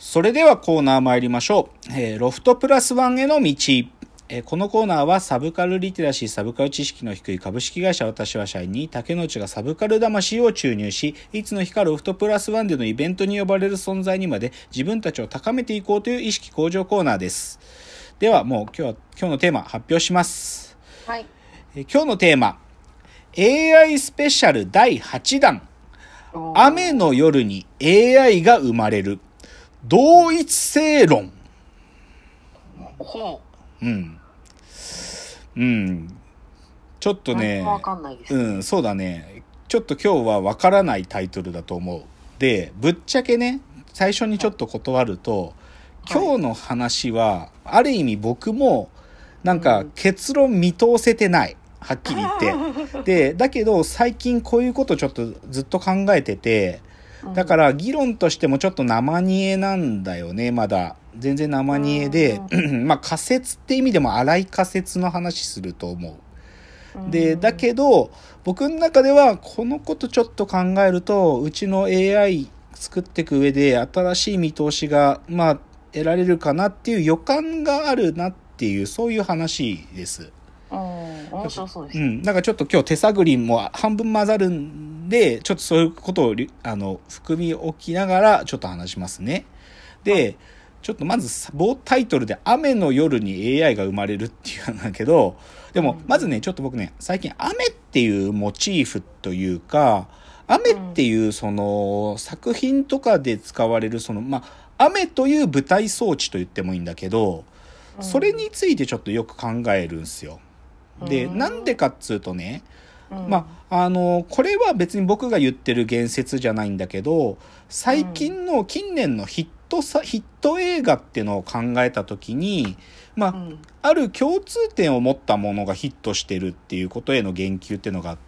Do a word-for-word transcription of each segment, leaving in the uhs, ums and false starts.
それではコーナー参りましょう。えー、ロフトプラスワンへの道。えー、このコーナーはサブカルリテラシー、サブカル知識の低い株式会社私は社員に竹之内がサブカル魂を注入し、いつの日かロフトプラスワンでのイベントに呼ばれる存在にまで自分たちを高めていこうという意識向上コーナーです。ではもう今日は今日のテーマ発表します。 はい。 えー、今日のテーマ、エーアイ スペシャルだいはちだん。雨の夜に エーアイ が生まれる。同一性論。 ほう。うん。うん。ちょっとね。 わかんないです、ね。 うん、そうだね。ちょっと今日はわからないタイトルだと思う。で、ぶっちゃけね、最初にちょっと断ると、はい、今日の話は、ある意味僕も、なんか結論見通せてない。はっきり言って。で、だけど最近こういうことちょっとずっと考えてて、だから議論としてもちょっと生煮えなんだよね、まだ。全然生煮えで、まあ仮説って意味でも荒い仮説の話すると思う。で、だけど、僕の中ではこのことちょっと考えると、うちの エーアイ 作っていく上で新しい見通しが、まあ、得られるかなっていう予感があるなっていう、そういう話です。 うん、面白そうです、 うん、だからちょっと今日手探りも半分混ざるんで、ちょっとそういうことをあの含み置きながらちょっと話しますね。で、はい、ちょっとまず某タイトルで雨の夜に エーアイ が生まれるっていうんだけど、でもまずね、ちょっと僕ね、最近雨っていうモチーフというか、雨っていうその作品とかで使われるその、まあ、雨という舞台装置と言ってもいいんだけど、それについてちょっとよく考えるんですよ。で、なんでかっつうとね、まあ、あの、これは別に僕が言ってる言説じゃないんだけど、最近の近年のヒットさ、ヒット映画っていうのを考えたときに、まあ、ある共通点を持ったものがヒットしてるっていうことへの言及っていうのがあって、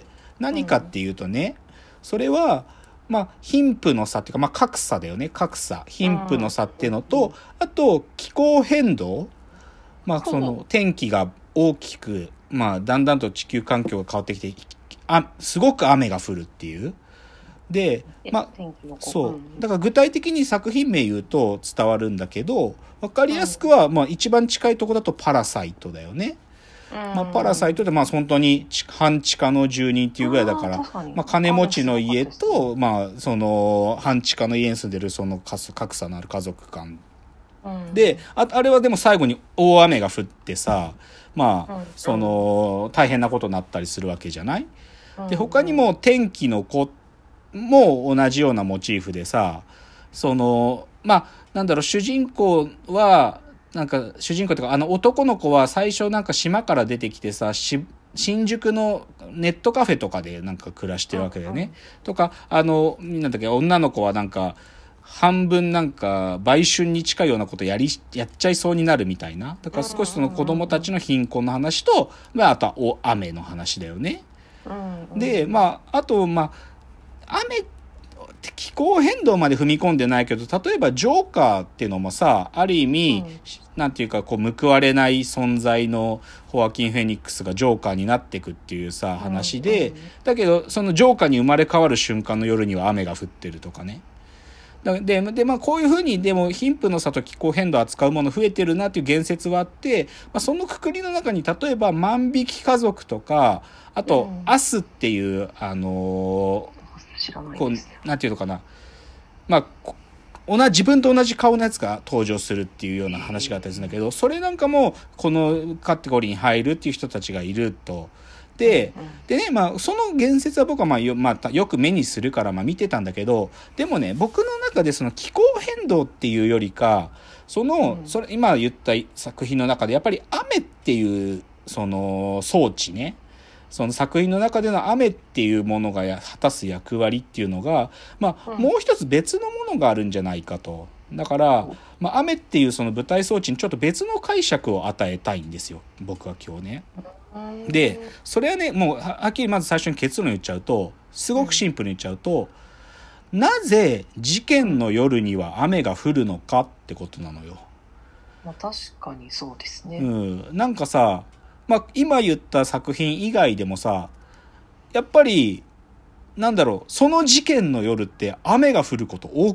何かっていうとね、それは、まあ、貧富の差っていうか、まあ、格差だよね、格差。貧富の差っていうのと、あと、気候変動。まあ、その、天気が大きく、まあ、だんだんと地球環境が変わってきて、あ、すごく雨が降るっていう。で、まあ、そう。だから具体的に作品名言うと伝わるんだけど、わかりやすくは、まあ、一番近いところだとパラサイトだよね。まあ、パラサイトで、まあ、本当に半地下の住人っていうぐらいだから、まあ、金持ちの家と、まあ、その、半地下の家に住んでる、その格差のある家族間。で、あ、あれはでも最後に大雨が降ってさ、まあ、その、大変なことになったりするわけじゃない？で、他にも天気の子も同じようなモチーフでさ、その、まあ、なんだろう、主人公は、なんか、主人公というか、あの男の子は最初なんか島から出てきてさ、し新宿のネットカフェとかでなんか暮らしてるわけだよね。とか、あの、なんだっけ、女の子はなんか、半分なんか売春に近いようなことやりやっちゃいそうになるみたいな。だから少しその子供たちの貧困の話と、まあ、あとはお雨の話だよね。で、まあ、あと、まあ、雨、気候変動まで踏み込んでないけど、例えばジョーカーっていうのもさ、ある意味、うん、なんていうかこう報われない存在のホアキン・フェニックスがジョーカーになっていくっていうさ話で、うんうん、だけどそのジョーカーに生まれ変わる瞬間の夜には雨が降ってるとかね。で、で、まあ、こういうふうに、でも、貧富の差と気候変動を扱うもの増えてるなっていう言説はあって、まあ、そのくくりの中に、例えば、万引き家族とか、あと、うん、アスっていう、あのー、 知らないです。 こう、なんていうのかな。まあ、同じ、自分と同じ顔のやつが登場するっていうような話があったりするんだけど、それなんかも、このカテゴリーに入るっていう人たちがいると。で、でね、まあ、その言説は僕はまあよ、まあ、よく目にするからまあ見てたんだけど、でもね、僕の中でその気候変動っていうよりか、その、それ、今言った作品の中でやっぱり雨っていう、その装置ね、その作品の中での雨っていうものが果たす役割っていうのが、まあ、もう一つ別のものがあるんじゃないかと。だから、まあ、雨っていうその舞台装置にちょっと別の解釈を与えたいんですよ、僕は今日ね。で、それはね、もうはっきりまず最初に結論言っちゃうと、すごくシンプルに言っちゃうと、うん、なぜ事件の夜には雨が降るのかってことなのよ。 まあ確かにそうですね。 うん。なんかさ、まあ今言った作品以外でもさ、やっぱり、なんだろう、その事件の夜って雨が降ること多くない？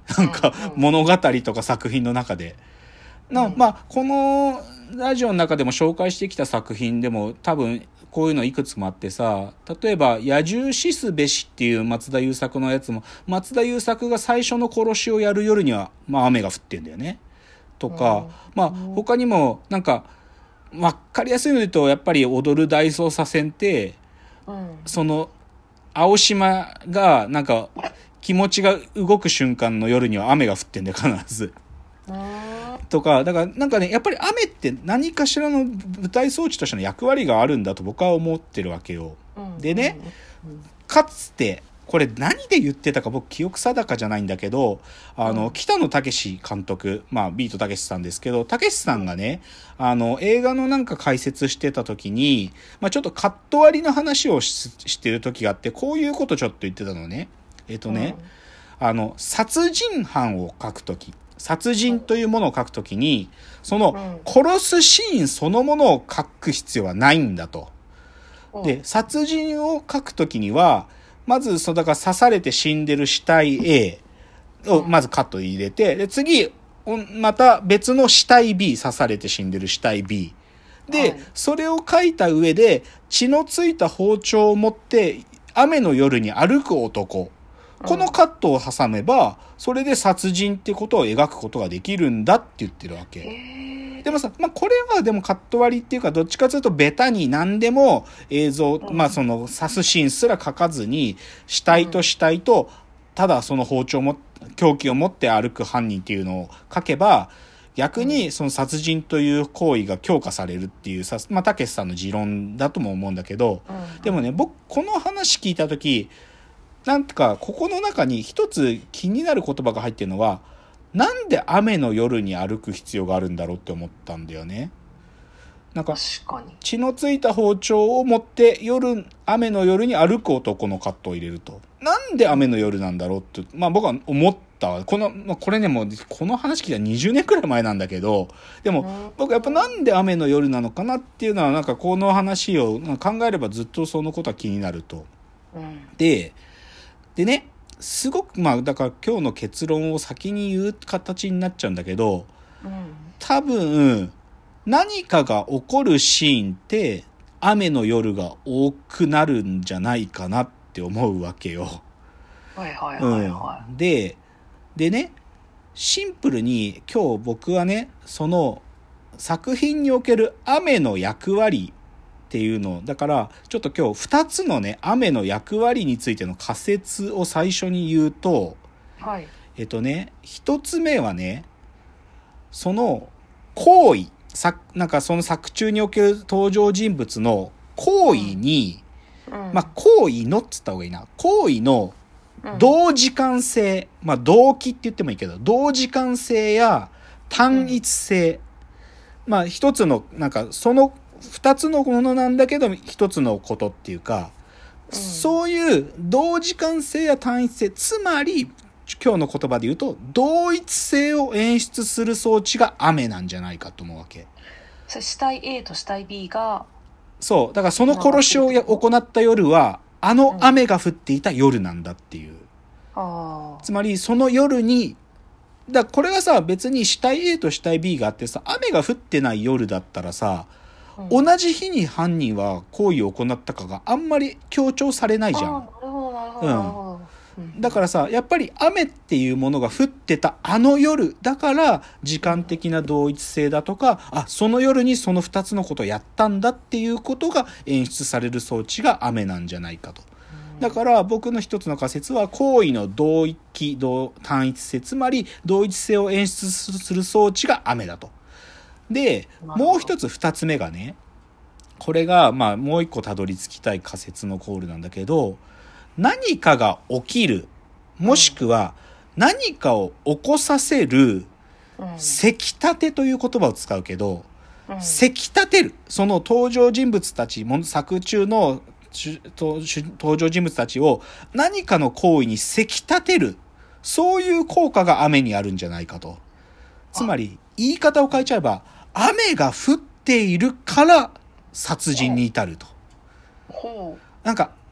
なんかうんうん物語とか作品の中で。なうんまあ、このラジオの中でも紹介してきた作品でも多分こういうのいくつもあってさ、例えば野獣死すべしっていう松田優作のやつも、松田優作が最初の殺しをやる夜には、まあ雨が降ってんだよね。とか、 うんまあ他にもなんか、わかりやすいので言うと、やっぱり踊る大捜査線って、 うんその、青島がなんか気持ちが動く瞬間の夜には雨が降ってんだよ、必ず。 うんとか、だからなんかね、やっぱり雨って何かしらの舞台装置としての役割があるんだと僕は思ってるわけよ。 うんでね、 うんかつて、これ何で言ってたか僕記憶定かじゃないんだけど、あの、 うん北野武監督、まあビートたけしさんですけど、たけしさんがね、あの、映画のなんか解説してた時に、まあちょっとカット割りの話をししてる時があって、こういうことちょっと言ってたのね。えっとね、あの、殺人犯を描くとき、殺人というものを描くときに、その殺すシーンそのものを描く必要はないんだと。 うんで、殺人を描くときには、まず、そうだから刺されて死んでる死体 A をまずカット入れて、で、次、また別の死体 B、刺されて死んでる死体 B。で、 はいそれを描いた上で、血のついた包丁を持って、雨の夜に歩く男。このカットを挟めば、それで殺人ってことを描くことができるんだって言ってるわけ。 へーでもさ、まあ、これはでもカット割りっていうか、どっちかというとベタに何でも映像、 うんまあその刺すシーンすら描かずに、死体と死体と、ただその包丁も、凶器を持って歩く犯人っていうのを書けば、逆にその殺人という行為が強化されるっていうさ、まあ、たけしさんの持論だとも思うんだけど、 うんでもね、僕、この話聞いたとき、なんてか、ここの中に一つ気になる言葉が入ってるのは、なんで雨の夜に歩く必要があるんだろうって思ったんだよね。なんか、 確かに。 血のついた包丁を持って夜、雨の夜に歩く男のカットを入れると。なんで雨の夜なんだろうって、まあ僕は思ったわ。この、まあ、これね、もう、この話聞いたらにじゅうねんくらい前なんだけど、でも、 うん僕やっぱなんで雨の夜なのかなっていうのは、なんかこの話を考えればずっとそのことは気になると。 うんで、でね、すごく、まあ、だから今日の結論を先に言う形になっちゃうんだけど、 うん多分、何かが起こるシーンって、雨の夜が多くなるんじゃないかなって思うわけよ。 はいはいはいはうん。で、でね、シンプルに今日僕はね、その作品における雨の役割っていうのだからちょっと今日ふたつのね雨の役割についての仮説を最初に言うとい。はい。 えっとねひとつめはねその行為さなんかその作中における登場人物の行為に、 うんまあ行為のっつった方がいいな行為のうん同時間性、まあ同期って言ってもいいけど同時間性や単一性、まあ一つのなんかその二つのものなんだけど一つのことっていうか、 うんそういう同時間性や単一性つまり今日の言葉で言うと同一性を演出する装置が雨なんじゃないかと思うわけ。 それ死体 A と死体 B が、 そうだからその殺しをや行った夜はあの雨が降っていた夜なんだっていう、 ああ、 つまりその夜にだからこれがさ別に死体 A と死体 B があってさ雨が降ってない夜だったらさ、 うん同じ日に犯人は行為を行ったかがあんまり強調されないじゃん。 あーなるほどなるほどなるほど。うんだからさやっぱり雨っていうものが降ってたあの夜だから時間的な同一性だとかあその夜にそのふたつのことをやったんだっていうことが演出される装置が雨なんじゃないかと。だから僕の一つの仮説は行為の同一同単一性つまり同一性を演出する装置が雨だと。でなるほどもう一つ二つ目がねこれがまあもう一個たどり着きたい仮説のコールなんだけど何かが起きるもしくは何かを起こさせるうんせきたてという言葉を使うけどうんせきたてるその登場人物たちも作中の主登登場人物たちを何かの行為にせきたてるそういう効果が雨にあるんじゃないかと。つまり言い方を変えちゃえば雨が降っているから殺人に至ると。 ほなんか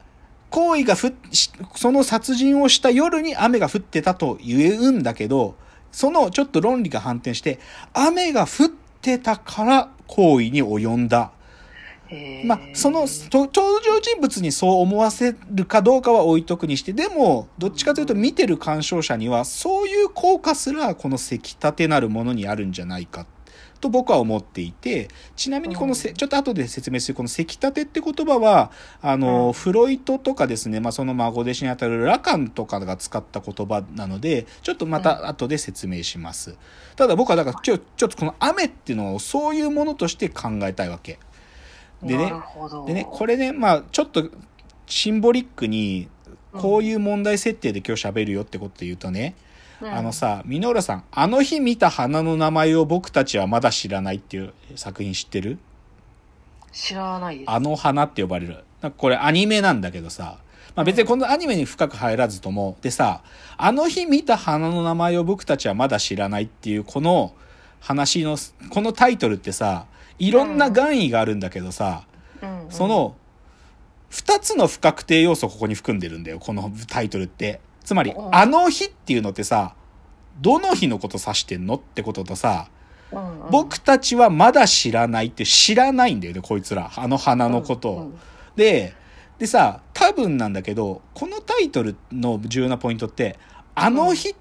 行為がふその殺人をした夜に雨が降ってたと言うんだけど、そのちょっと論理が反転して、雨が降ってたから行為に及んだ。まあ、その登場人物にそう思わせるかどうかは置いとくにして、でもどっちかというと見てる鑑賞者にはそういう効果すらこのせきたてなるものにあるんじゃないかと僕は思っていて、ちなみにこのせちょっと後で説明するこのせきたてって言葉はあの、うん、フロイトとかですね、まあ、その孫弟子にあたるラカンとかが使った言葉なのでちょっとまた後で説明します。ただ僕はだからちょちょっとこの雨っていうのをそういうものとして考えたいわけでね。でねこれね、まあちょっとシンボリックにこういう問題設定で今日喋るよってことで言うとね、うん、あのさ、箕浦さん、あの日見た花の名前を僕たちはまだ知らないっていう作品知ってる？ 知らないです。 あの花って呼ばれる。なんかこれアニメなんだけどさ、まあ、別にこのアニメに深く入らずとも、でさ、あの日見た花の名前を僕たちはまだ知らないっていうこの話の、このタイトルってさ、いろんな含意があるんだけどさ、うんうん、その二つの不確定要素をここに含んでるんだよ、このタイトルって。つまり、うん、あの日っていうのってさ、どの日のこと指してんのってこととさ、うんうん、僕たちはまだ知らないって知らないんだよね、こいつら。あの花のことを。うんうん、で、でさ、多分なんだけど、このタイトルの重要なポイントって、あの日って、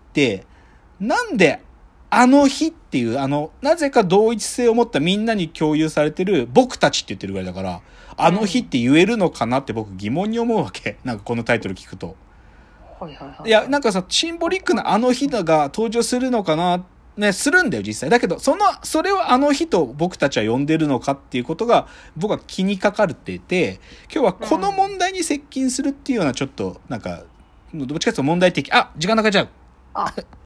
なんであの日っていう、あの、なぜか同一性を持ったみんなに共有されてる僕たちって言ってるぐらいだから、あの日って言えるのかなって僕疑問に思うわけ。なんかこのタイトル聞くと。 はいはいはい。 いや、なんかさ、シンボリックなあの日だが登場するのかな、ね、するんだよ、実際。だけど、その、それをあの日と僕たちは呼んでるのかっていうことが、僕は気にかかっていて、今日はこの問題に接近するっていうような、ちょっと、なんか、どっちかというと問題的。あ、時間なくなっちゃう。 あ